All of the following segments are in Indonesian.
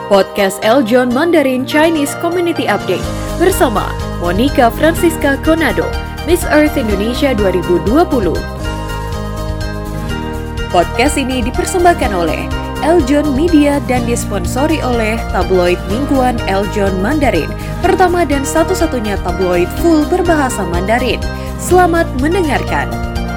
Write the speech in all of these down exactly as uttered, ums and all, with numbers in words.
Podcast Eljon Mandarin Chinese Community Update bersama Monica Francisca Conado, Miss Earth Indonesia dua ribu dua puluh. Podcast ini dipersembahkan oleh Eljon Media dan disponsori oleh tabloid mingguan Eljon Mandarin, pertama dan satu-satunya tabloid full berbahasa Mandarin. Selamat mendengarkan.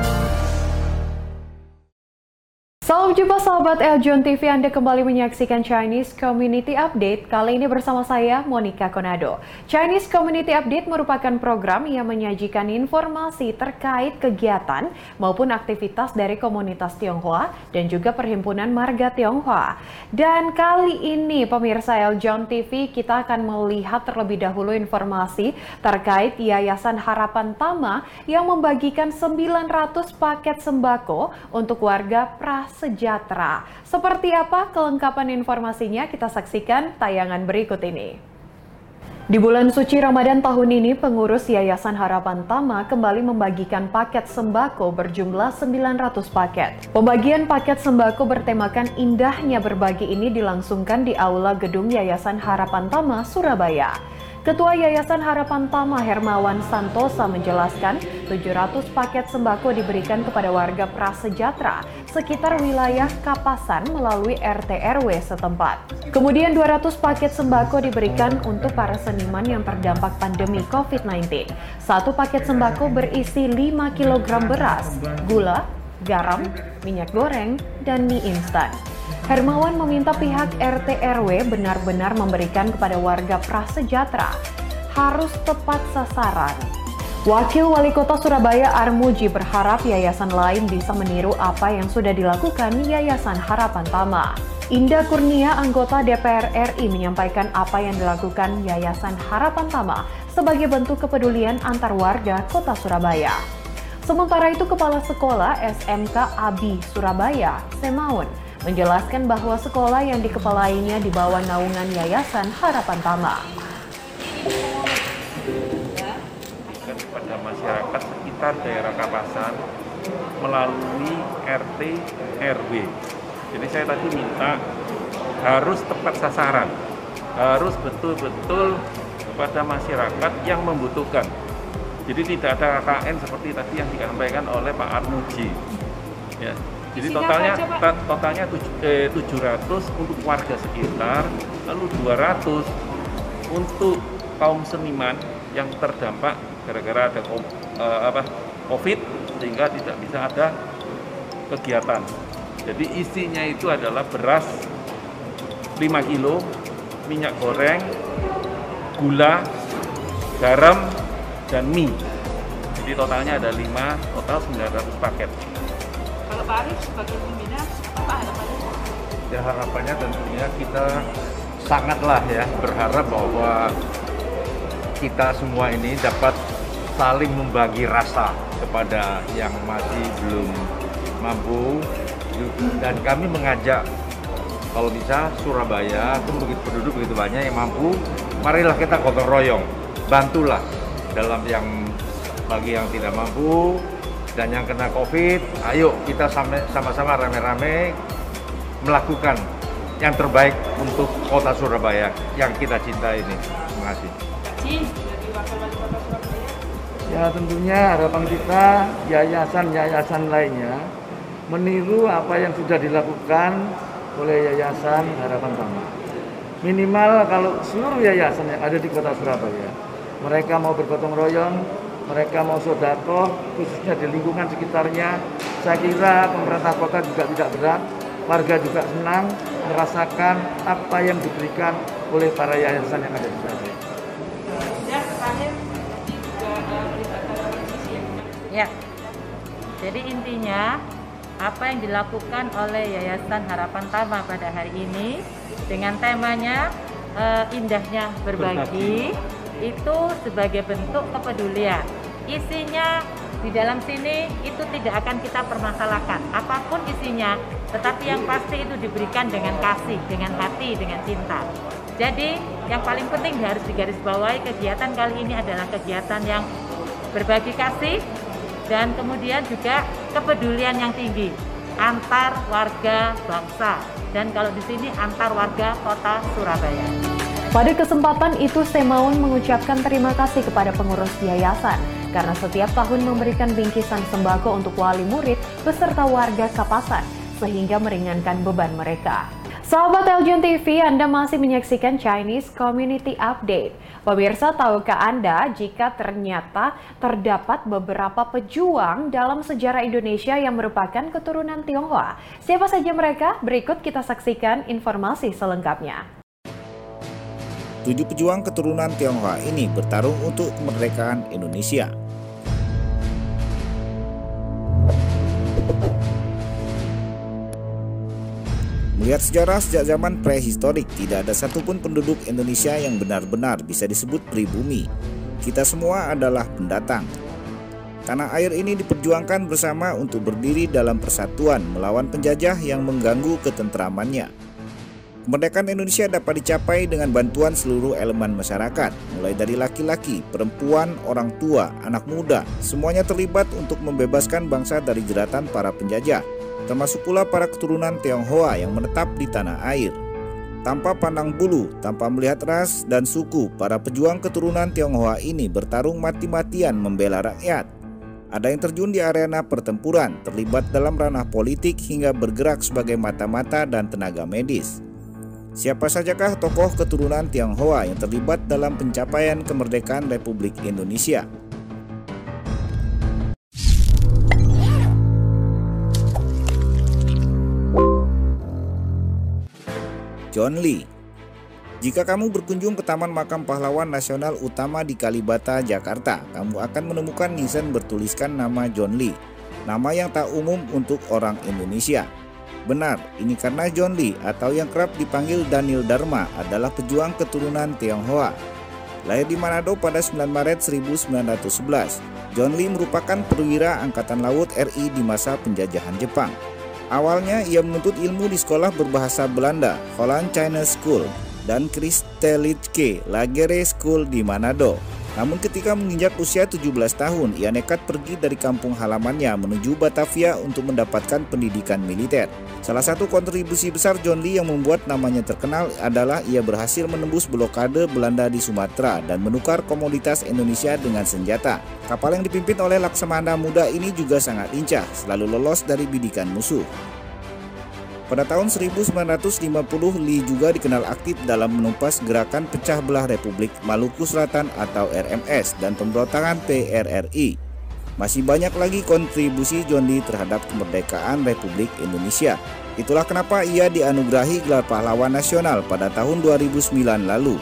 Salam jumpa sahabat Eljon T V, Anda kembali menyaksikan Chinese Community Update. Kali ini bersama saya, Monica Conado. Chinese Community Update merupakan program yang menyajikan informasi terkait kegiatan maupun aktivitas dari komunitas Tionghoa dan juga Perhimpunan Marga Tionghoa. Dan kali ini pemirsa Eljon T V, kita akan melihat terlebih dahulu informasi terkait Yayasan Harapan Tama yang membagikan sembilan ratus paket sembako untuk warga Prasejahtera. Sejahtera. Seperti apa kelengkapan informasinya? Kita saksikan tayangan berikut ini. Di bulan suci Ramadan tahun ini, pengurus Yayasan Harapan Tama kembali membagikan paket sembako berjumlah sembilan ratus paket. Pembagian paket sembako bertemakan indahnya berbagi ini dilangsungkan di Aula Gedung Yayasan Harapan Tama, Surabaya. Ketua Yayasan Harapan Tama Hermawan Santosa menjelaskan tujuh ratus paket sembako diberikan kepada warga Prasejahtera sekitar wilayah Kapasan melalui R T R W setempat. Kemudian dua ratus paket sembako diberikan untuk para seniman yang terdampak pandemi covid sembilan belas. Satu paket sembako berisi lima kilogram beras, gula, garam, minyak goreng, dan mie instan. Hermawan meminta pihak R T R W benar-benar memberikan kepada warga Prasejahtera, harus tepat sasaran. Wakil Wali Kota Surabaya Armuji berharap yayasan lain bisa meniru apa yang sudah dilakukan Yayasan Harapan Tama. Indah Kurnia, anggota D P R R I, menyampaikan apa yang dilakukan Yayasan Harapan Tama sebagai bentuk kepedulian antar warga Kota Surabaya. Sementara itu, Kepala Sekolah S M K Abi Surabaya, Semaun, menjelaskan bahwa sekolah yang dikepalainya di bawah naungan Yayasan Harapan Tama. Kepada masyarakat sekitar daerah Kapasan melalui R T R W. Jadi saya tadi minta harus tepat sasaran, harus betul-betul kepada masyarakat yang membutuhkan. Jadi tidak ada K K N seperti tadi yang disampaikan oleh Pak Armuji. Ya. Jadi totalnya totalnya tujuh ratus untuk warga sekitar, lalu dua ratus untuk kaum seniman yang terdampak gara-gara ada eh, apa COVID sehingga tidak bisa ada kegiatan. Jadi isinya itu adalah beras lima kilo, minyak goreng, gula, garam, dan mie. Jadi totalnya ada lima, total sembilan ratus paket. Kalau Pak Arif sebagai pembina, apa harapannya? Ya, harapannya tentunya kita sangatlah ya berharap bahwa kita semua ini dapat saling membagi rasa kepada yang masih belum mampu, dan kami mengajak kalau bisa Surabaya itu begitu penduduk begitu banyak yang mampu, marilah kita gotong royong, bantulah dalam yang bagi yang tidak mampu. Dan yang kena COVID, ayo kita sama-sama rame-rame melakukan yang terbaik untuk kota Surabaya yang kita cinta ini. Terima kasih. Ya, tentunya harapan kita yayasan-yayasan lainnya meniru apa yang sudah dilakukan oleh Yayasan Harapan Tama. Minimal kalau seluruh yayasan yang ada di kota Surabaya, mereka mau bergotong royong, mereka mau sodako, khususnya di lingkungan sekitarnya. Saya kira pemerintah kota juga tidak berat, warga juga senang merasakan apa yang diberikan oleh para yayasan yang ada di sana. Ya, terakhir juga melibatkan posisi yang ya. Jadi intinya apa yang dilakukan oleh Yayasan Harapan Tama pada hari ini dengan temanya uh, indahnya berbagi, itu sebagai bentuk kepedulian. Isinya di dalam sini itu tidak akan kita permasalahkan apapun isinya, tetapi yang pasti itu diberikan dengan kasih, dengan hati, dengan cinta. Jadi yang paling penting harus digarisbawahi, kegiatan kali ini adalah kegiatan yang berbagi kasih dan kemudian juga kepedulian yang tinggi. antar warga bangsa, dan kalau di sini antar warga kota Surabaya. Pada kesempatan itu, Semaun mengucapkan terima kasih kepada pengurus yayasan karena setiap tahun memberikan bingkisan sembako untuk wali murid beserta warga Kapasan sehingga meringankan beban mereka. Sahabat Eljon T V, Anda masih menyaksikan Chinese Community Update. Pemirsa, tahukah Anda jika ternyata terdapat beberapa pejuang dalam sejarah Indonesia yang merupakan keturunan Tionghoa? Siapa saja mereka? Berikut kita saksikan informasi selengkapnya. Tujuh pejuang keturunan Tionghoa ini bertarung untuk kemerdekaan Indonesia. Melihat sejarah sejak zaman prehistorik, tidak ada satupun penduduk Indonesia yang benar-benar bisa disebut pribumi. Kita semua adalah pendatang. Tanah air ini diperjuangkan bersama untuk berdiri dalam persatuan melawan penjajah yang mengganggu ketentramannya. Kemerdekaan Indonesia dapat dicapai dengan bantuan seluruh elemen masyarakat, mulai dari laki-laki, perempuan, orang tua, anak muda, semuanya terlibat untuk membebaskan bangsa dari jeratan para penjajah, termasuk pula para keturunan Tionghoa yang menetap di tanah air. Tanpa pandang bulu, tanpa melihat ras dan suku, para pejuang keturunan Tionghoa ini bertarung mati-matian membela rakyat. Ada yang terjun di arena pertempuran, terlibat dalam ranah politik hingga bergerak sebagai mata-mata dan tenaga medis. Siapa sajakah tokoh keturunan Tionghoa yang terlibat dalam pencapaian kemerdekaan Republik Indonesia? John Lee. Jika kamu berkunjung ke Taman Makam Pahlawan Nasional Utama di Kalibata, Jakarta, kamu akan menemukan nisan bertuliskan nama John Lee, nama yang tak umum untuk orang Indonesia. Benar, ini karena John Lee atau yang kerap dipanggil Daniel Dharma adalah pejuang keturunan Tionghoa. Lahir di Manado pada sembilan Maret seribu sembilan ratus sebelas, John Lee merupakan perwira Angkatan Laut R I di masa penjajahan Jepang. Awalnya ia menuntut ilmu di sekolah berbahasa Belanda, Holland China School, dan Christeliche Lagere School di Manado. Namun ketika menginjak usia tujuh belas tahun, ia nekat pergi dari kampung halamannya menuju Batavia untuk mendapatkan pendidikan militer. Salah satu kontribusi besar John Lee yang membuat namanya terkenal adalah ia berhasil menembus blokade Belanda di Sumatera dan menukar komoditas Indonesia dengan senjata. Kapal yang dipimpin oleh Laksamana muda ini juga sangat lincah, selalu lolos dari bidikan musuh. Pada tahun seribu sembilan ratus lima puluh, Lee juga dikenal aktif dalam menumpas gerakan pecah belah Republik Maluku Selatan atau R M S dan pemberontakan P R R I. Masih banyak lagi kontribusi John Lee terhadap kemerdekaan Republik Indonesia. Itulah kenapa ia dianugerahi gelar pahlawan nasional pada tahun dua ribu sembilan lalu.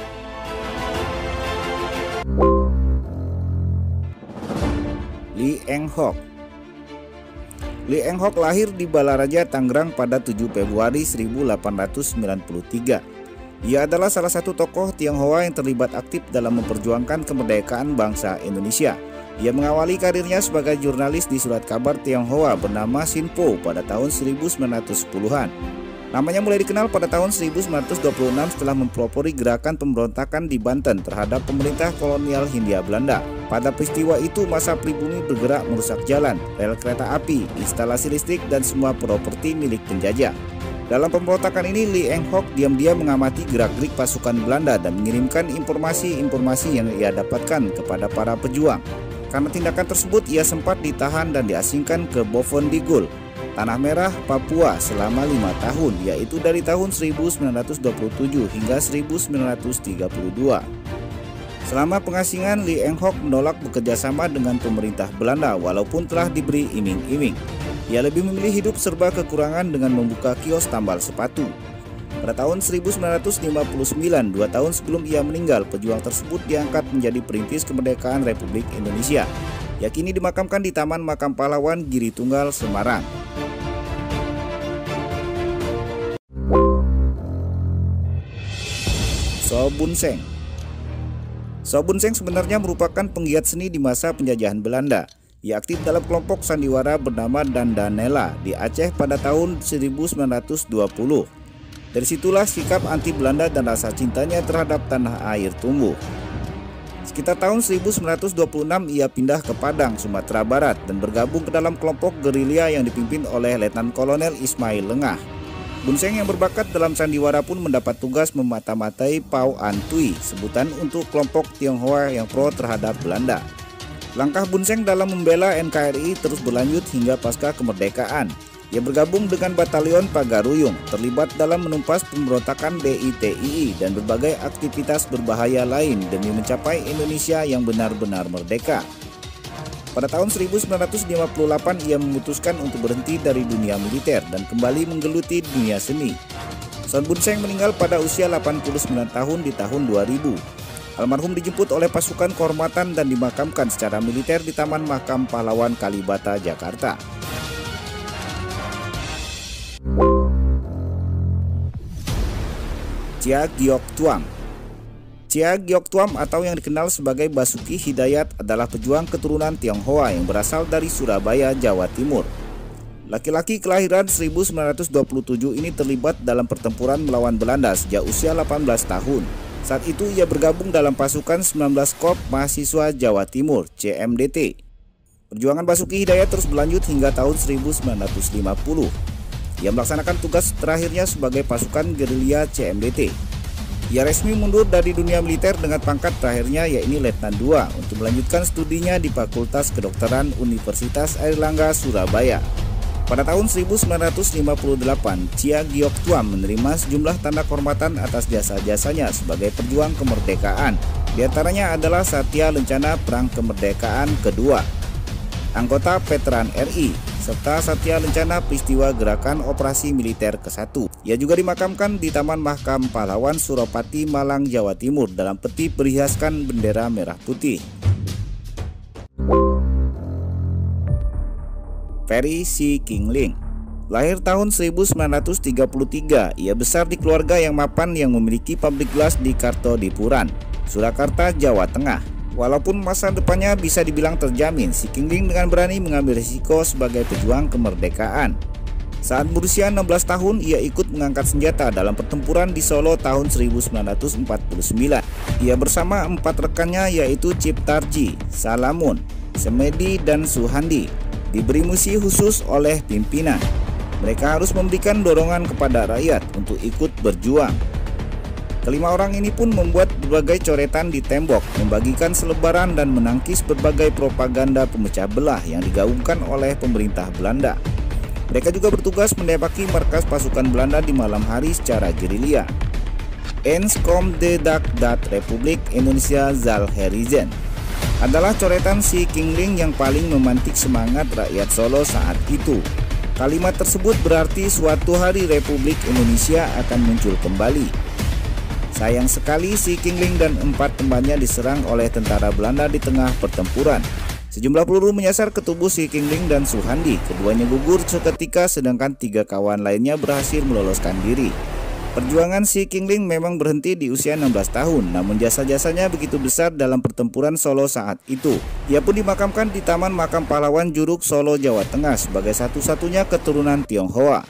Lee Eng Hock. Lee Eng Hock lahir di Balaraja, Tangerang pada tujuh Februari seribu delapan ratus sembilan puluh tiga. Ia adalah salah satu tokoh Tionghoa yang terlibat aktif dalam memperjuangkan kemerdekaan bangsa Indonesia. Ia mengawali karirnya sebagai jurnalis di surat kabar Tionghoa bernama Sinpo pada tahun seribu sembilan ratus sepuluhan. Namanya mulai dikenal pada tahun seribu sembilan ratus dua puluh enam setelah mempelopori gerakan pemberontakan di Banten terhadap pemerintah kolonial Hindia Belanda. Pada peristiwa itu, massa pribumi bergerak merusak jalan, rel kereta api, instalasi listrik, dan semua properti milik penjajah. Dalam pemberontakan ini, Lee Eng Hock diam-diam mengamati gerak-gerik pasukan Belanda dan mengirimkan informasi-informasi yang ia dapatkan kepada para pejuang. Karena tindakan tersebut, ia sempat ditahan dan diasingkan ke Bovendigul, Tanah Merah, Papua selama lima tahun, yaitu dari tahun seribu sembilan ratus dua puluh tujuh hingga seribu sembilan ratus tiga puluh dua. Selama pengasingan, Lee Eng Hock menolak bekerja sama dengan pemerintah Belanda walaupun telah diberi iming-iming. Ia lebih memilih hidup serba kekurangan dengan membuka kios tambal sepatu. Pada tahun seribu sembilan ratus lima puluh sembilan, dua tahun sebelum ia meninggal, pejuang tersebut diangkat menjadi perintis kemerdekaan Republik Indonesia. Ia kini dimakamkan di Taman Makam Pahlawan Giri Tunggal, Semarang. So Bun Seng. So Bun Seng sebenarnya merupakan penggiat seni di masa penjajahan Belanda. Ia aktif dalam kelompok sandiwara bernama Dandanela di Aceh pada tahun seribu sembilan ratus dua puluh. Dari situlah sikap anti Belanda dan rasa cintanya terhadap tanah air tumbuh. Sekitar tahun seribu sembilan ratus dua puluh enam ia pindah ke Padang, Sumatera Barat dan bergabung ke dalam kelompok gerilya yang dipimpin oleh Letnan Kolonel Ismail Lengah. Bunseng yang berbakat dalam sandiwara pun mendapat tugas memata-matai Pau An Tui, sebutan untuk kelompok Tionghoa yang pro terhadap Belanda. Langkah Bunseng dalam membela N K R I terus berlanjut hingga pasca kemerdekaan. Ia bergabung dengan Batalion Pagaruyung, terlibat dalam menumpas pemberontakan D I T I I dan berbagai aktivitas berbahaya lain demi mencapai Indonesia yang benar-benar merdeka. Pada tahun seribu sembilan ratus lima puluh delapan ia memutuskan untuk berhenti dari dunia militer dan kembali menggeluti dunia seni. Son Bunseng meninggal pada usia delapan puluh sembilan tahun di tahun dua ribu. Almarhum dijemput oleh pasukan kehormatan dan dimakamkan secara militer di Taman Makam Pahlawan Kalibata, Jakarta. Chia Giok Tuam. Chia Giok Tuam atau yang dikenal sebagai Basuki Hidayat adalah pejuang keturunan Tionghoa yang berasal dari Surabaya, Jawa Timur. Laki-laki kelahiran seribu sembilan ratus dua puluh tujuh ini terlibat dalam pertempuran melawan Belanda sejak usia delapan belas tahun. Saat itu ia bergabung dalam pasukan sembilan belas Korps Mahasiswa Jawa Timur C M D T. Perjuangan Basuki Hidayat terus berlanjut hingga tahun seribu sembilan ratus lima puluh. Ia melaksanakan tugas terakhirnya sebagai pasukan gerilya C M D T. Ia resmi mundur dari dunia militer dengan pangkat terakhirnya yaitu Letnan dua untuk melanjutkan studinya di Fakultas Kedokteran Universitas Airlangga, Surabaya. Pada tahun seribu sembilan ratus lima puluh delapan, Chia Giok Tuam menerima sejumlah tanda kehormatan atas jasa-jasanya sebagai pejuang kemerdekaan. Di antaranya adalah Satya Lencana Perang Kemerdekaan Kedua, anggota Veteran R I, serta Satya Lencana peristiwa Gerakan Operasi Militer ke satu. Ia juga dimakamkan di Taman Makam Pahlawan Suropati, Malang, Jawa Timur dalam peti berhiaskan bendera merah putih. Ferry Si Qingling. Lahir tahun seribu sembilan ratus tiga puluh tiga, ia besar di keluarga yang mapan yang memiliki pabrik gelas di Kartodipuran, Surakarta, Jawa Tengah. Walaupun masa depannya bisa dibilang terjamin, Si Qingling dengan berani mengambil risiko sebagai pejuang kemerdekaan. Saat berusia enam belas tahun, ia ikut mengangkat senjata dalam pertempuran di Solo tahun seribu sembilan ratus empat puluh sembilan. Ia bersama empat rekannya yaitu Ciptarji, Salamun, Semedi, dan Suhandi diberi misi khusus oleh pimpinan. Mereka harus memberikan dorongan kepada rakyat untuk ikut berjuang. Kelima orang ini pun membuat berbagai coretan di tembok, membagikan selebaran dan menangkis berbagai propaganda pemecah belah yang digaungkan oleh pemerintah Belanda. Mereka juga bertugas menembaki markas pasukan Belanda di malam hari secara gerilya. Enskom de Dak Dat Republik Indonesia Zalherizen adalah coretan Si Qingling yang paling memantik semangat rakyat Solo saat itu. Kalimat tersebut berarti suatu hari Republik Indonesia akan muncul kembali. Sayang sekali Si Qingling dan empat temannya diserang oleh tentara Belanda di tengah pertempuran. Sejumlah peluru menyasar ke tubuh Si Qingling dan Suhandi. Keduanya gugur seketika sedangkan tiga kawan lainnya berhasil meloloskan diri. Perjuangan Si Qingling memang berhenti di usia enam belas tahun, namun jasa-jasanya begitu besar dalam pertempuran Solo saat itu. Ia pun dimakamkan di Taman Makam Pahlawan Juruk, Solo, Jawa Tengah sebagai satu-satunya keturunan Tionghoa.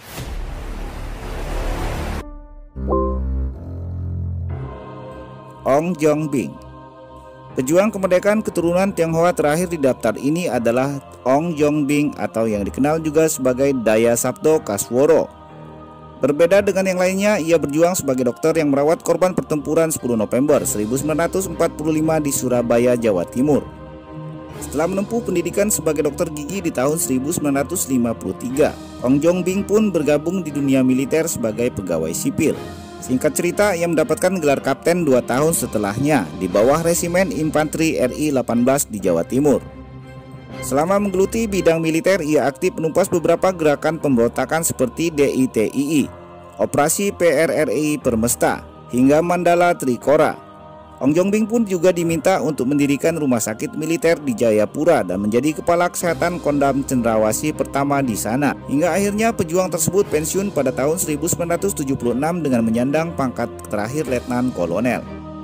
Ong Jong Bing. Pejuang kemerdekaan keturunan Tionghoa terakhir di daftar ini adalah Ong Jong Bing atau yang dikenal juga sebagai Daya Sabdo Kasworo. Berbeda dengan yang lainnya, ia berjuang sebagai dokter yang merawat korban pertempuran sepuluh November seribu sembilan ratus empat puluh lima di Surabaya, Jawa Timur. Setelah menempuh pendidikan sebagai dokter gigi di tahun seribu sembilan ratus lima puluh tiga, Ong Jong Bing pun bergabung di dunia militer sebagai pegawai sipil. Singkat cerita, ia mendapatkan gelar kapten dua tahun setelahnya di bawah Resimen Infanteri R I delapan belas di Jawa Timur. Selama menggeluti bidang militer, ia aktif menumpas beberapa gerakan pemberontakan seperti D I T I I, Operasi P R R I Permesta, hingga Mandala Trikora. Ong Jong Bing pun juga diminta untuk mendirikan rumah sakit militer di Jayapura dan menjadi kepala kesehatan Kodam Cendrawasih pertama di sana. Hingga akhirnya pejuang tersebut pensiun pada tahun seribu sembilan ratus tujuh puluh enam dengan menyandang pangkat terakhir Letnan Kolonel.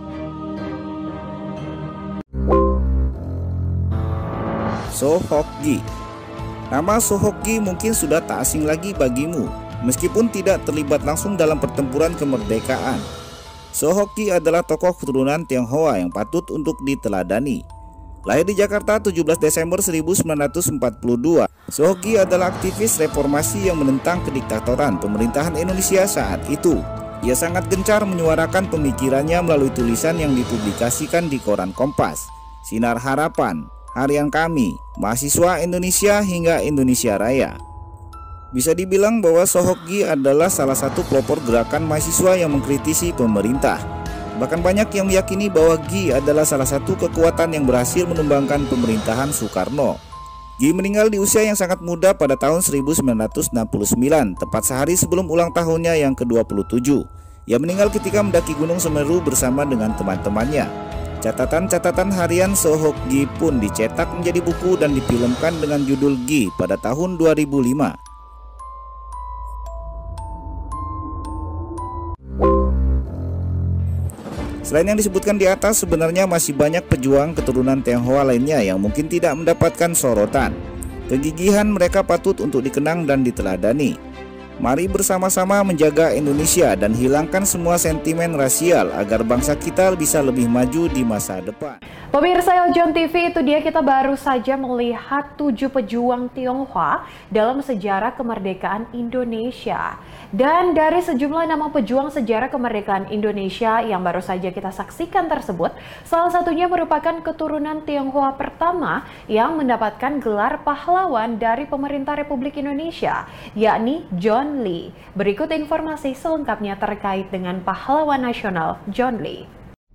So Hok Gi. Nama So Hok Gi mungkin sudah tak asing lagi bagimu, meskipun tidak terlibat langsung dalam pertempuran kemerdekaan. Soe-Hok Gi adalah tokoh keturunan Tionghoa yang patut untuk diteladani. Lahir di Jakarta tujuh belas Desember seribu sembilan ratus empat puluh dua, Soe-Hok Gi adalah aktivis reformasi yang menentang kediktatoran pemerintahan Indonesia saat itu. Ia sangat gencar menyuarakan pemikirannya melalui tulisan yang dipublikasikan di koran Kompas, Sinar Harapan, Harian Kami, Mahasiswa Indonesia hingga Indonesia Raya. Bisa dibilang bahwa Soe-Hok Gi adalah salah satu pelopor gerakan mahasiswa yang mengkritisi pemerintah. Bahkan banyak yang meyakini bahwa Gi adalah salah satu kekuatan yang berhasil menumbangkan pemerintahan Soekarno. Gi meninggal di usia yang sangat muda pada tahun seribu sembilan ratus enam puluh sembilan, tepat sehari sebelum ulang tahunnya yang ke dua puluh tujuh. Ia meninggal ketika mendaki Gunung Semeru bersama dengan teman-temannya. Catatan-catatan harian Soe-Hok Gi pun dicetak menjadi buku dan difilmkan dengan judul Gi pada tahun dua ribu lima. Selain yang disebutkan di atas, sebenarnya masih banyak pejuang keturunan Tionghoa lainnya yang mungkin tidak mendapatkan sorotan. Kegigihan mereka patut untuk dikenang dan diteladani. Mari bersama-sama menjaga Indonesia dan hilangkan semua sentimen rasial agar bangsa kita bisa lebih maju di masa depan. Pemirsa Eljon T V, itu dia, kita baru saja melihat tujuh pejuang Tionghoa dalam sejarah kemerdekaan Indonesia. Dan dari sejumlah nama pejuang sejarah kemerdekaan Indonesia yang baru saja kita saksikan tersebut, salah satunya merupakan keturunan Tionghoa pertama yang mendapatkan gelar pahlawan dari pemerintah Republik Indonesia, yakni John Lee. Berikut informasi selengkapnya terkait dengan pahlawan nasional John Lee.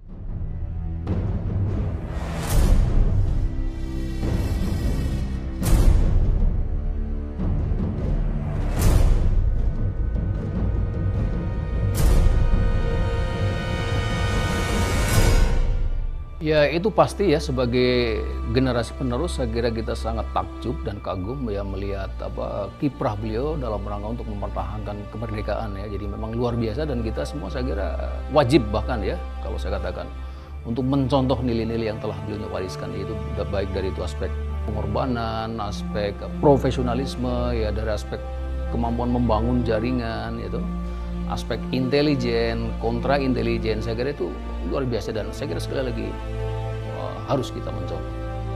Ya, itu pasti ya, sebagai generasi penerus saya kira kita sangat takjub dan kagum ya melihat apa kiprah beliau dalam rangka untuk mempertahankan kemerdekaan ya. Jadi memang luar biasa dan kita semua saya kira wajib bahkan ya kalau saya katakan untuk mencontoh nilai-nilai yang telah beliau wariskan, itu baik dari itu aspek pengorbanan, aspek profesionalisme ya, dari aspek kemampuan membangun jaringan itu, aspek intelijen, kontra intelijen, saya kira itu luar biasa dan saya kira sekali lagi uh, harus kita mencontoh.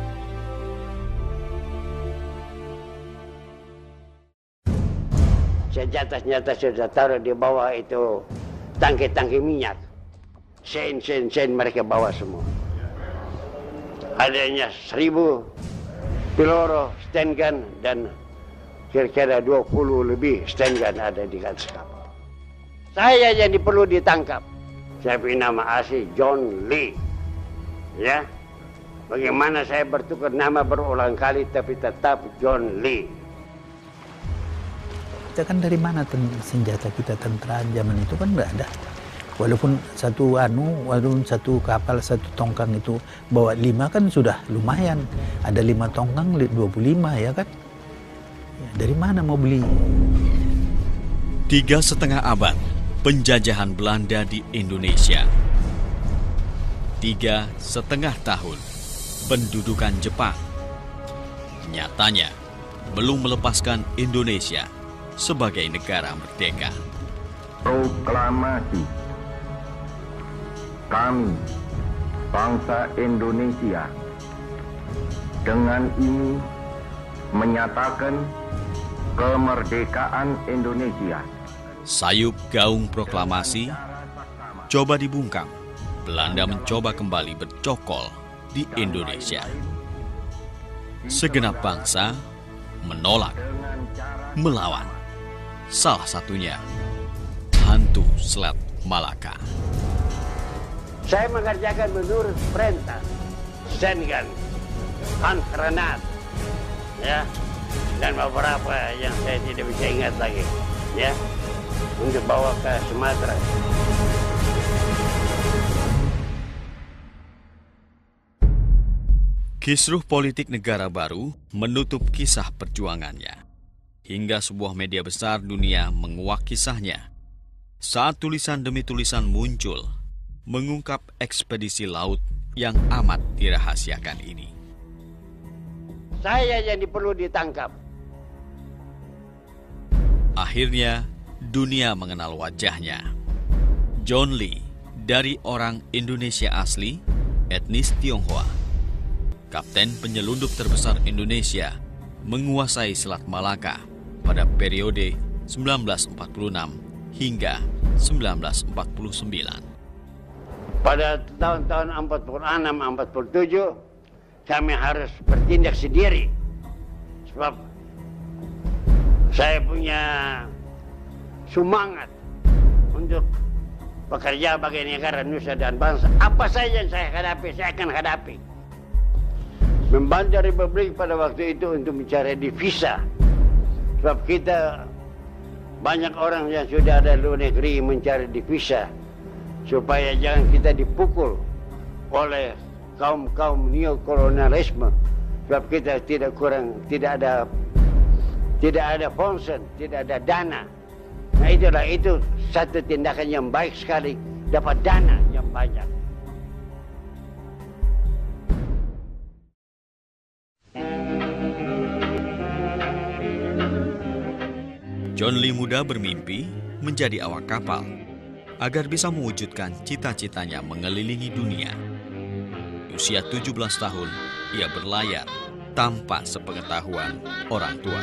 Senjata-senjata sudah taruh di bawah itu tangki-tangki minyak. Sen-sen-sen mereka bawa semua. Adanya seribu peluru stand gun dan kira-kira dua puluh lebih stand gun ada di atas kapal. Saya jadi perlu ditangkap. Saya punya nama asli John Lee. Ya. Bagaimana saya bertukar nama berulang kali tapi tetap John Lee. Kita kan dari mana senjata kita tentara zaman itu kan nggak ada. Walaupun satu anu, walaupun satu kapal, satu tongkang itu bawa lima kan sudah lumayan. Ada lima tongkang, dua puluh lima ya kan. Ya, dari mana mau beli? Tiga setengah abad penjajahan Belanda di Indonesia. Tiga setengah tahun pendudukan Jepang. Nyatanya belum melepaskan Indonesia sebagai negara merdeka. Proklamasi. Kami, bangsa Indonesia, dengan ini menyatakan kemerdekaan Indonesia. Sayup gaung proklamasi coba dibungkam. Belanda mencoba kembali bercokol di Indonesia. Segenap bangsa menolak, melawan. Salah satunya hantu Selat Malaka. Saya mengerjakan menurut perintah Sengan, hand granat, ya, dan beberapa yang saya tidak bisa ingat lagi, ya, untuk bawa ke Sumatera. Kisruh politik negara baru menutup kisah perjuangannya. Hingga sebuah media besar dunia menguak kisahnya. Saat tulisan demi tulisan muncul, mengungkap ekspedisi laut yang amat dirahasiakan ini. Saya yang perlu ditangkap. Akhirnya, dunia mengenal wajahnya. John Lee dari orang Indonesia asli, etnis Tionghoa. Kapten penyelundup terbesar Indonesia menguasai Selat Malaka pada periode seribu sembilan ratus empat puluh enam hingga seribu sembilan ratus empat puluh sembilan. Pada tahun-tahun empat puluh enam empat puluh tujuh kami harus bertindak sendiri. Sebab saya punya semangat untuk bekerja bagi negara nusa dan bangsa. Apa saja yang saya hadapi, saya akan hadapi. Membantu Republik pada waktu itu untuk mencari divisa. Sebab kita banyak orang yang sudah ada di luar negeri mencari divisa. Supaya jangan kita dipukul oleh kaum-kaum neokolonialisme. Sebab kita tidak kurang, tidak ada tidak ada fonsen, tidak ada dana. Nah itulah itu satu tindakan yang baik sekali, dapat dana yang banyak. John Lee muda bermimpi menjadi awak kapal agar bisa mewujudkan cita-citanya mengelilingi dunia. Di usia tujuh belas tahun, ia berlayar tanpa sepengetahuan orang tua.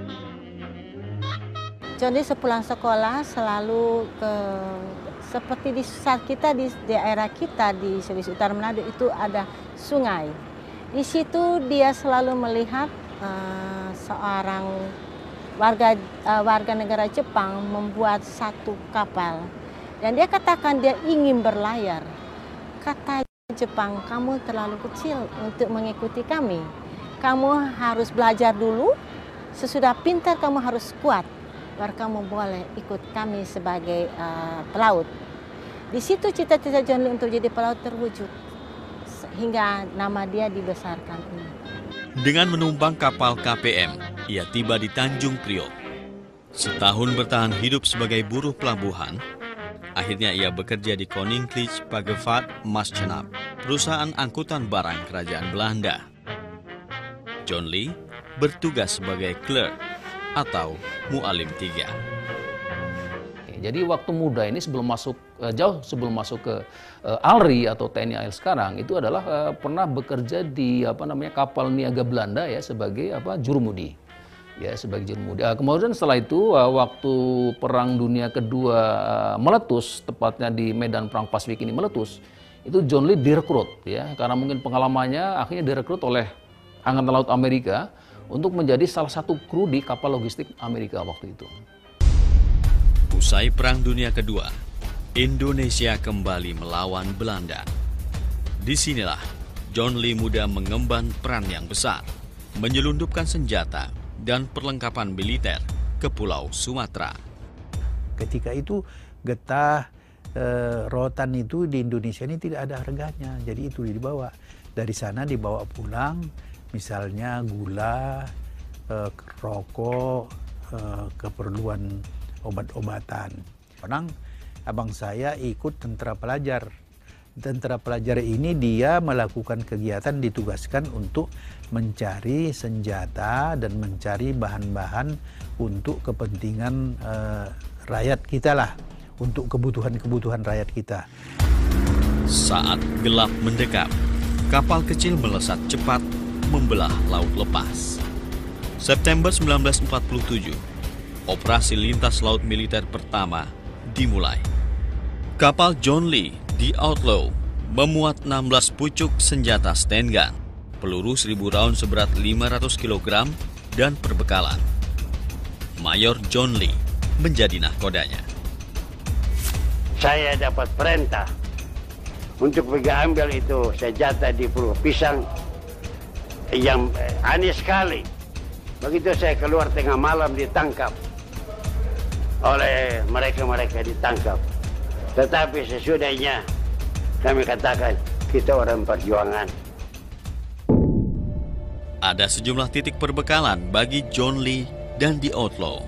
John Lee sepulang sekolah selalu ke seperti di saat kita di daerah kita di Sulawesi Utara Manado itu ada sungai. Di situ dia selalu melihat uh, seorang warga uh, warga negara Jepang membuat satu kapal dan dia katakan dia ingin berlayar. Kata Jepang, kamu terlalu kecil untuk mengikuti kami. Kamu harus belajar dulu. Sesudah pintar kamu harus kuat. Baru kamu boleh ikut kami sebagai uh, pelaut. Di situ cita-cita John Lee untuk jadi pelaut terwujud hingga nama dia dibesarkan ini. Dengan menumpang kapal K P M, ia tiba di Tanjung Priok. Setahun bertahan hidup sebagai buruh pelabuhan, akhirnya ia bekerja di Koninklijke Vagevaart Maasschap, perusahaan angkutan barang kerajaan Belanda. John Lee bertugas sebagai clerk atau mualim tiga. Jadi waktu muda ini sebelum masuk jauh sebelum masuk ke uh, ALRI atau T N I A L sekarang itu adalah uh, pernah bekerja di apa namanya kapal niaga Belanda ya sebagai apa jurumudi. Ya sebagai jurumudi. Uh, kemudian setelah itu uh, waktu Perang Dunia Kedua uh, meletus, tepatnya di medan Perang Pasifik ini meletus, itu John Lee direkrut ya karena mungkin pengalamannya akhirnya direkrut oleh Angkatan Laut Amerika untuk menjadi salah satu kru di kapal logistik Amerika waktu itu. Usai Perang Dunia Kedua, Indonesia kembali melawan Belanda. Disinilah John Lee muda mengemban peran yang besar, menyelundupkan senjata dan perlengkapan militer ke Pulau Sumatera. Ketika itu getah e, rotan itu di Indonesia ini tidak ada harganya, jadi itu dibawa dari sana dibawa pulang, misalnya gula, e, rokok, e, keperluan obat-obatan. Orang abang saya ikut tentara pelajar. Tentara pelajar ini dia melakukan kegiatan ditugaskan untuk mencari senjata dan mencari bahan-bahan untuk kepentingan eh, rakyat kita lah, untuk kebutuhan-kebutuhan rakyat kita. Saat gelap mendekap, kapal kecil melesat cepat membelah laut lepas. September seribu sembilan ratus empat puluh tujuh, operasi lintas laut militer pertama dimulai. Kapal John Lee The Outlaw memuat enam belas pucuk senjata stand gun, peluru seribu round seberat lima ratus kilogram, dan perbekalan. Mayor John Lee menjadi nahkodanya. Saya dapat perintah untuk pergi ambil itu senjata di Pulau Pisang yang aneh sekali. Begitu saya keluar tengah malam ditangkap oleh mereka-mereka ditangkap. Tetapi sesudahnya kami katakan kita orang perjuangan. Ada sejumlah titik perbekalan bagi John Lee dan The Outlaw.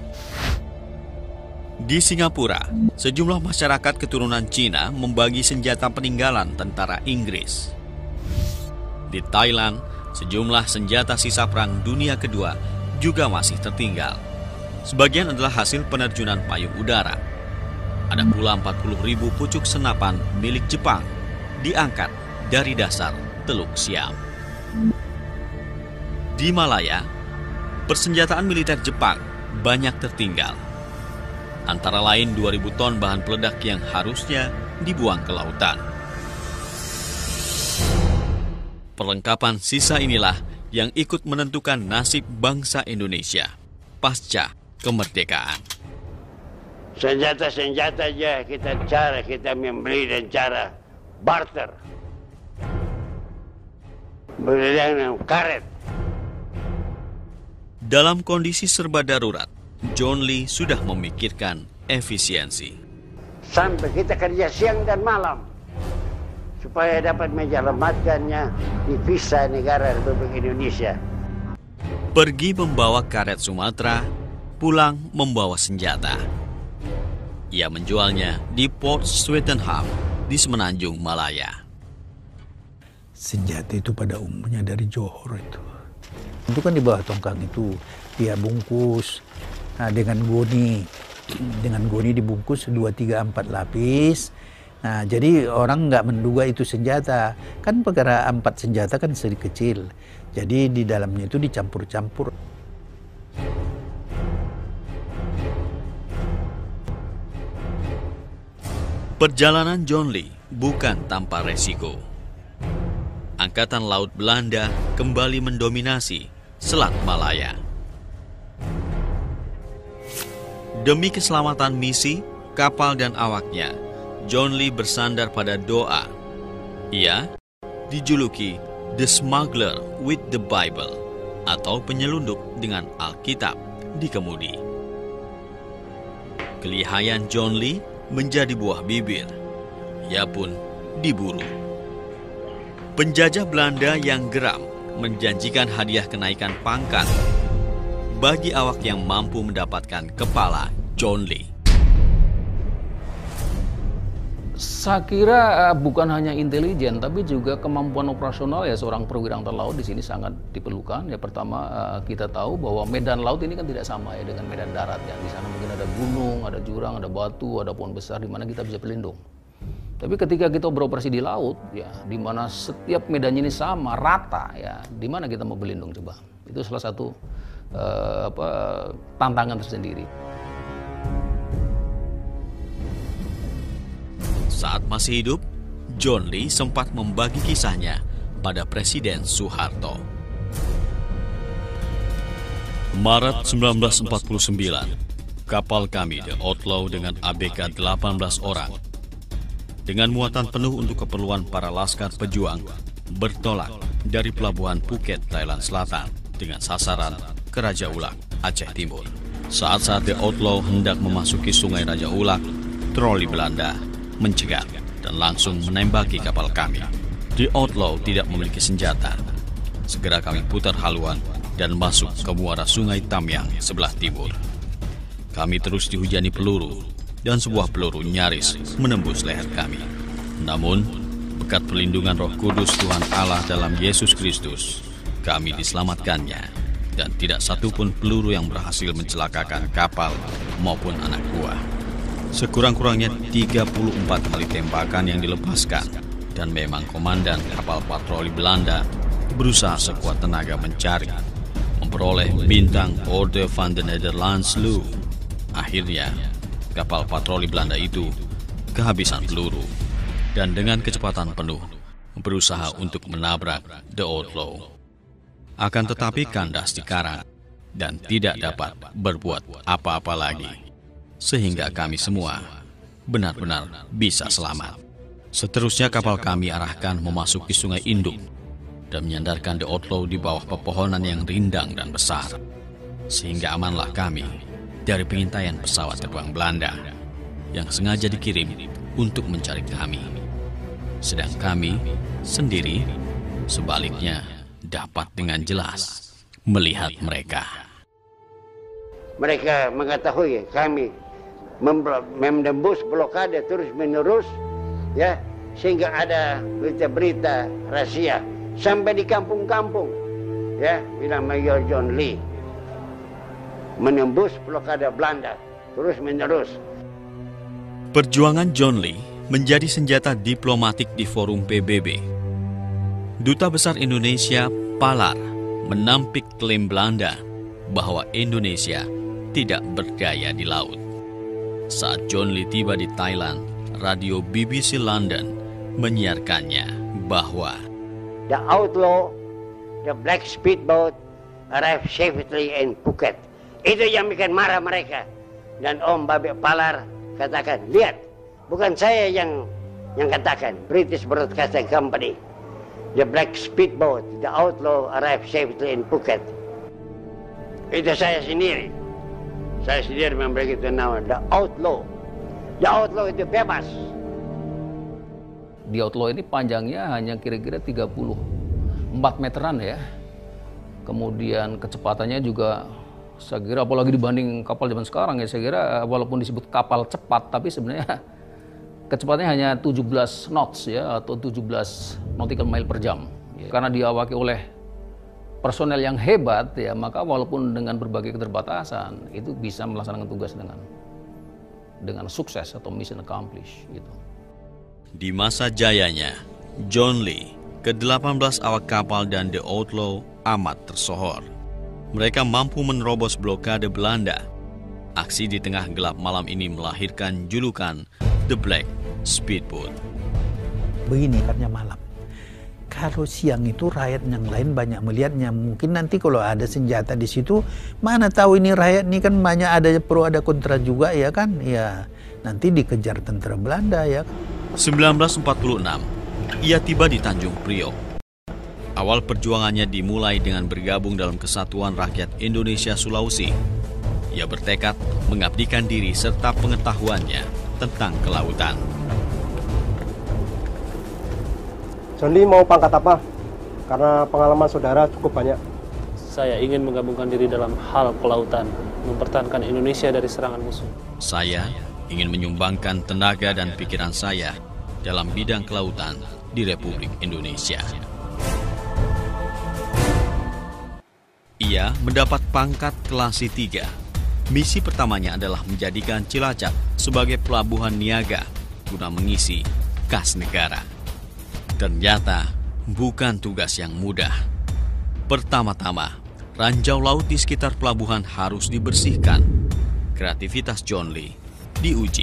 Di Singapura, sejumlah masyarakat keturunan Cina membagi senjata peninggalan tentara Inggris. Di Thailand, sejumlah senjata sisa Perang Dunia Kedua juga masih tertinggal. Sebagian adalah hasil penerjunan payung udara. Ada pula empat puluh ribu pucuk senapan milik Jepang diangkat dari dasar Teluk Siam. Di Malaya, persenjataan militer Jepang banyak tertinggal. Antara lain dua ribu ton bahan peledak yang harusnya dibuang ke lautan. Perlengkapan sisa inilah yang ikut menentukan nasib bangsa Indonesia pasca kemerdekaan. Senjata-senjata aja kita cara kita membeli dan cara barter. Beli dengan karet. Dalam kondisi serba darurat, John Lee sudah memikirkan efisiensi. Sampai kita kerja siang dan malam supaya dapat menyelamatkannya di visa negara Republik Indonesia. Pergi membawa karet Sumatera, pulang membawa senjata. Ia menjualnya di Port Swettenham di Semenanjung, Malaya. Senjata itu pada umumnya dari Johor itu. Itu kan di bawah tongkang itu, dia bungkus nah, dengan goni. Dengan goni dibungkus dua, tiga, empat lapis. Nah, jadi orang nggak menduga itu senjata. Kan perkara empat senjata kan sedikit kecil. Jadi di dalamnya itu dicampur-campur. Perjalanan John Lee bukan tanpa resiko. Angkatan Laut Belanda kembali mendominasi Selat Malaya. Demi keselamatan misi, kapal dan awaknya, John Lee bersandar pada doa. Ia dijuluki The Smuggler with the Bible atau penyelundup dengan Alkitab di kemudi. Kelihayan John Lee menjadi buah bibir. Ia pun diburu. Penjajah Belanda yang geram menjanjikan hadiah kenaikan pangkat bagi awak yang mampu mendapatkan kepala John Lee. Saya kira uh, bukan hanya intelijen, tapi juga kemampuan operasional ya seorang perwira angkatan laut di sini sangat diperlukan. Ya pertama uh, kita tahu bahwa medan laut ini kan tidak sama ya dengan medan darat ya. Di sana mungkin ada gunung, ada jurang, ada batu, ada pohon besar di mana kita bisa berlindung. Tapi ketika kita beroperasi di laut ya, di mana setiap medannya ini sama, rata ya, di mana kita mau berlindung coba? Itu salah satu uh, apa, tantangan tersendiri. Saat masih hidup, John Lee sempat membagi kisahnya pada Presiden Soeharto. Maret seribu sembilan ratus empat puluh sembilan, kapal kami The Outlaw dengan A B K delapan belas orang, dengan muatan penuh untuk keperluan para laskar pejuang, bertolak dari Pelabuhan Phuket, Thailand Selatan, dengan sasaran ke Raja Ulak, Aceh Timur. Saat-saat The Outlaw hendak memasuki Sungai Raja Ulak, troli Belanda mencegat dan langsung menembaki kapal kami. The Outlaw tidak memiliki senjata. Segera kami putar haluan dan masuk ke muara Sungai Tamyang sebelah timur. Kami terus dihujani peluru dan sebuah peluru nyaris menembus leher kami. Namun, berkat perlindungan Roh Kudus Tuhan Allah dalam Yesus Kristus, kami diselamatkannya dan tidak satupun peluru yang berhasil mencelakakan kapal maupun anak buah. Sekurang-kurangnya tiga puluh empat kali tembakan yang dilepaskan, dan memang komandan kapal patroli Belanda berusaha sekuat tenaga mencari, memperoleh bintang Orde van de Nederlands Leeuw. Akhirnya, kapal patroli Belanda itu kehabisan peluru, dan dengan kecepatan penuh berusaha untuk menabrak The Outlaw. Akan tetapi kandas di karang, dan tidak dapat berbuat apa-apa lagi. Sehingga kami semua benar-benar bisa selamat. Seterusnya kapal kami arahkan memasuki Sungai Induk dan menyandarkan The Outlaw di bawah pepohonan yang rindang dan besar. Sehingga amanlah kami dari pengintaian pesawat terbang Belanda yang sengaja dikirim untuk mencari kami. Sedang kami sendiri sebaliknya dapat dengan jelas melihat mereka. Mereka mengetahui kami menembus blokade terus menerus ya, sehingga ada berita-berita rahasia sampai di kampung-kampung ya, bilang Mayor John Lee menembus blokade Belanda terus menerus. Perjuangan John Lee menjadi senjata diplomatik di forum P B B. Duta Besar Indonesia, Palar, menampik klaim Belanda bahwa Indonesia tidak berdaya di laut. Saat John Lee tiba di Thailand, radio B B C London menyiarkannya bahwa the outlaw, the black speedboat, arrived safely in Phuket. Itu yang bikin marah mereka. Dan Om Babe Palar katakan, lihat, bukan saya yang yang katakan, British Broadcasting Company. The black speedboat, the outlaw, arrived safely in Phuket. Itu saya sendiri. Saya sendiri memberi itu nama, the outlaw. The outlaw itu bebas. The outlaw ini panjangnya hanya kira-kira tiga puluh empat meteran ya. Kemudian kecepatannya juga saya kira apalagi dibanding kapal zaman sekarang ya, saya kira walaupun disebut kapal cepat tapi sebenarnya kecepatannya hanya tujuh belas knots ya, atau tujuh belas nautical mile per jam. Ya, karena diawaki oleh personel yang hebat ya, maka walaupun dengan berbagai keterbatasan itu bisa melaksanakan tugas dengan dengan sukses atau mission accomplished gitu. Di masa jayanya, John Lee, ke delapan belas awak kapal dan The Outlaw amat tersohor. Mereka mampu menerobos blokade Belanda. Aksi di tengah gelap malam ini melahirkan julukan The Black Speedboat. Begini karena malam. Kalau siang itu rakyat yang lain banyak melihatnya. Mungkin nanti kalau ada senjata di situ, mana tahu ini rakyat ini kan banyak ada pro ada kontra juga ya kan. Ya nanti dikejar tentara Belanda ya. seribu sembilan ratus empat puluh enam, ia tiba di Tanjung Priok. Awal perjuangannya dimulai dengan bergabung dalam Kesatuan Rakyat Indonesia Sulawesi. Ia bertekad mengabdikan diri serta pengetahuannya tentang kelautan. John Lee mau pangkat apa? Karena pengalaman saudara cukup banyak. Saya ingin menggabungkan diri dalam hal kelautan, mempertahankan Indonesia dari serangan musuh. Saya ingin menyumbangkan tenaga dan pikiran saya dalam bidang kelautan di Republik Indonesia. Ia mendapat pangkat Kelasi tiga. Misi pertamanya adalah menjadikan Cilacap sebagai pelabuhan niaga guna mengisi kas negara. Ternyata bukan tugas yang mudah. Pertama-tama, ranjau laut di sekitar pelabuhan harus dibersihkan. Kreativitas John Lee diuji.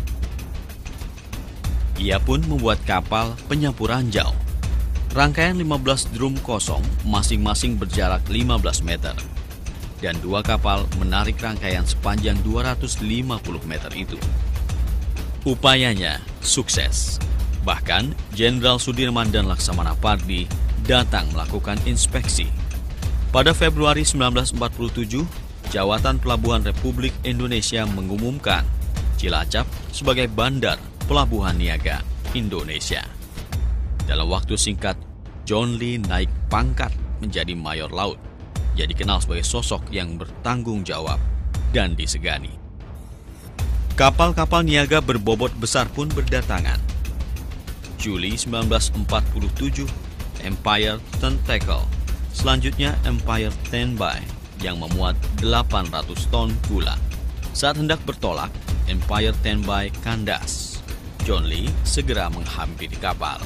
Ia pun membuat kapal penyapu ranjau. Rangkaian lima belas drum kosong masing-masing berjarak lima belas meter. Dan dua kapal menarik rangkaian sepanjang dua ratus lima puluh meter itu. Upayanya sukses. Bahkan Jenderal Sudirman dan Laksamana Pardi datang melakukan inspeksi. Pada Februari seribu sembilan ratus empat puluh tujuh, Jawatan Pelabuhan Republik Indonesia mengumumkan Cilacap sebagai bandar pelabuhan niaga Indonesia. Dalam waktu singkat, John Lee naik pangkat menjadi mayor laut. Ia dikenal sebagai sosok yang bertanggung jawab dan disegani. Kapal-kapal niaga berbobot besar pun berdatangan. Juli seribu sembilan ratus empat puluh tujuh, Empire Tentacle, selanjutnya Empire Tenbai yang memuat delapan ratus ton gula. Saat hendak bertolak, Empire Tenbai kandas. John Lee segera menghampiri kapal.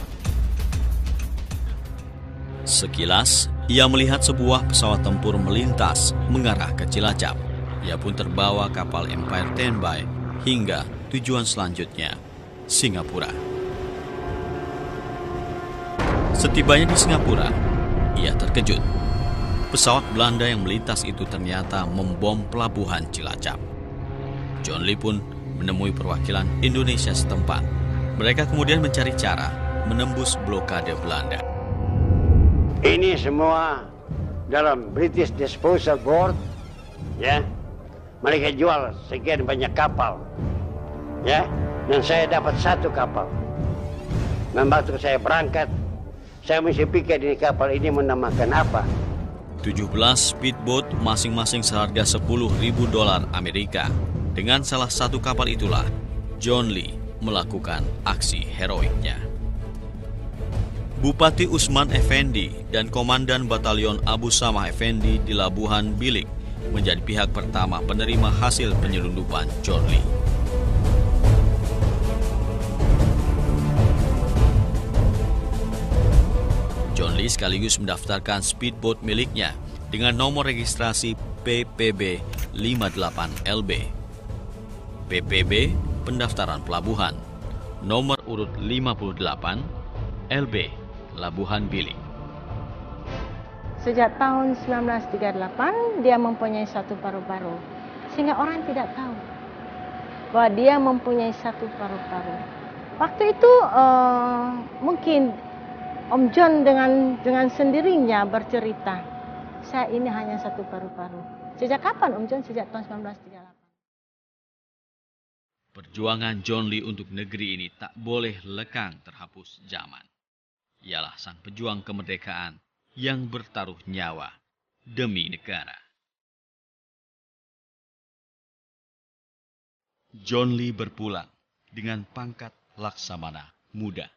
Sekilas, ia melihat sebuah pesawat tempur melintas mengarah ke Cilacap. Ia pun terbawa kapal Empire Tenbai hingga tujuan selanjutnya, Singapura. Setibanya di Singapura, ia terkejut. Pesawat Belanda yang melintas itu ternyata membom pelabuhan Cilacap. John Lee pun menemui perwakilan Indonesia setempat. Mereka kemudian mencari cara menembus blokade Belanda. Ini semua dalam British Disposal Board, ya. Mereka jual sekian banyak kapal, ya. Dan saya dapat satu kapal. Membantu saya berangkat, saya mesti pikir ini kapal ini menamakan apa. tujuh belas speedboat masing-masing seharga sepuluh ribu dolar Amerika. Dengan salah satu kapal itulah, John Lee melakukan aksi heroiknya. Bupati Usman Effendi dan Komandan Batalion Abu Samah Effendi di Labuhan Bilik menjadi pihak pertama penerima hasil penyelundupan John Lee. sekaligus mendaftarkan speedboat miliknya dengan nomor registrasi P P B lima puluh delapan L B. P P B pendaftaran pelabuhan, nomor urut lima puluh delapan L B, Labuhan Bilik. Sejak tahun seribu sembilan ratus tiga puluh delapan dia mempunyai satu paru-paru, sehingga orang tidak tahu bahwa dia mempunyai satu paru-paru. Waktu itu uh, mungkin Om John dengan dengan sendirinya bercerita, saya ini hanya satu paru-paru. Sejak kapan Om John? Sejak tahun seribu sembilan ratus tiga puluh delapan. Perjuangan John Lee untuk negeri ini tak boleh lekang terhapus zaman. Ialah sang pejuang kemerdekaan yang bertaruh nyawa demi negara. John Lee berpulang dengan pangkat Laksamana Muda.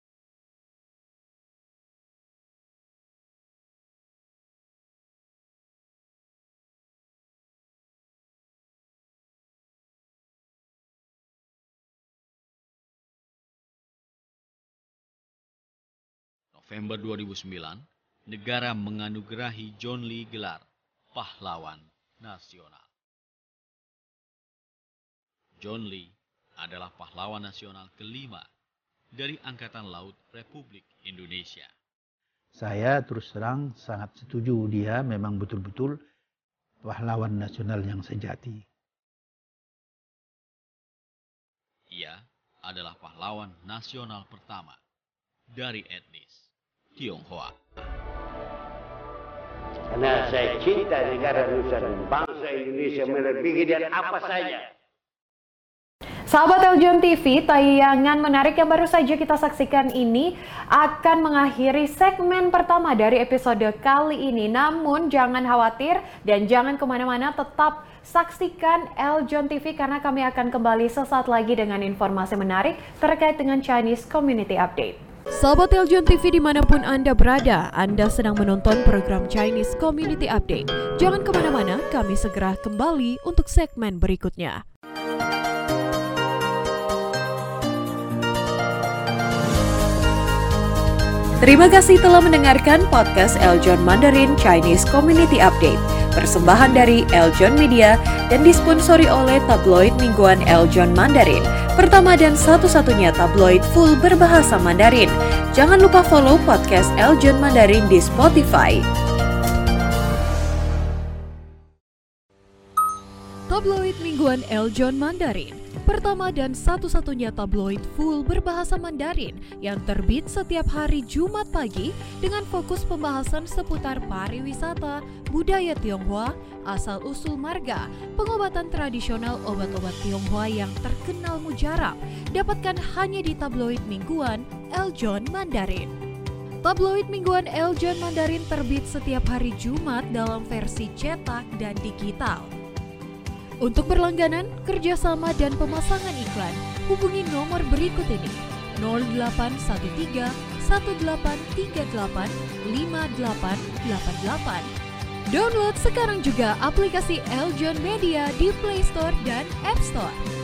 November dua ribu sembilan, negara menganugerahi John Lee gelar Pahlawan Nasional. John Lee adalah pahlawan nasional kelima dari Angkatan Laut Republik Indonesia. Saya terus terang sangat setuju, dia memang betul-betul pahlawan nasional yang sejati. Ia adalah pahlawan nasional pertama dari etnis Tionghoa. Karena saya cinta negara Nusa dan bangsa Indonesia melebihi dari apa saja. Sahabat Eljon T V, tayangan menarik yang baru saja kita saksikan ini akan mengakhiri segmen pertama dari episode kali ini. Namun jangan khawatir dan jangan kemana-mana, tetap saksikan Eljon T V karena kami akan kembali sesaat lagi dengan informasi menarik terkait dengan Chinese Community Update. Sahabat Eljon T V dimanapun Anda berada, Anda sedang menonton program Chinese Community Update. Jangan kemana-mana, kami segera kembali untuk segmen berikutnya. Terima kasih telah mendengarkan podcast Eljon Mandarin Chinese Community Update, persembahan dari Eljon Media dan disponsori oleh tabloid mingguan Eljon Mandarin, pertama dan satu-satunya tabloid full berbahasa Mandarin. Jangan lupa follow podcast Eljon Mandarin di Spotify. Tabloid mingguan Eljon Mandarin, pertama dan satu-satunya tabloid full berbahasa Mandarin yang terbit setiap hari Jumat pagi dengan fokus pembahasan seputar pariwisata, budaya Tionghoa, asal-usul marga, pengobatan tradisional obat-obat Tionghoa yang terkenal mujarab. Dapatkan hanya di tabloid mingguan Eljon Mandarin. Tabloid mingguan Eljon Mandarin terbit setiap hari Jumat dalam versi cetak dan digital. Untuk berlangganan, kerjasama, dan pemasangan iklan, hubungi nomor berikut ini nol delapan satu tiga satu delapan tiga delapan lima delapan delapan delapan. Download sekarang juga aplikasi Eljon Media di Play Store dan App Store.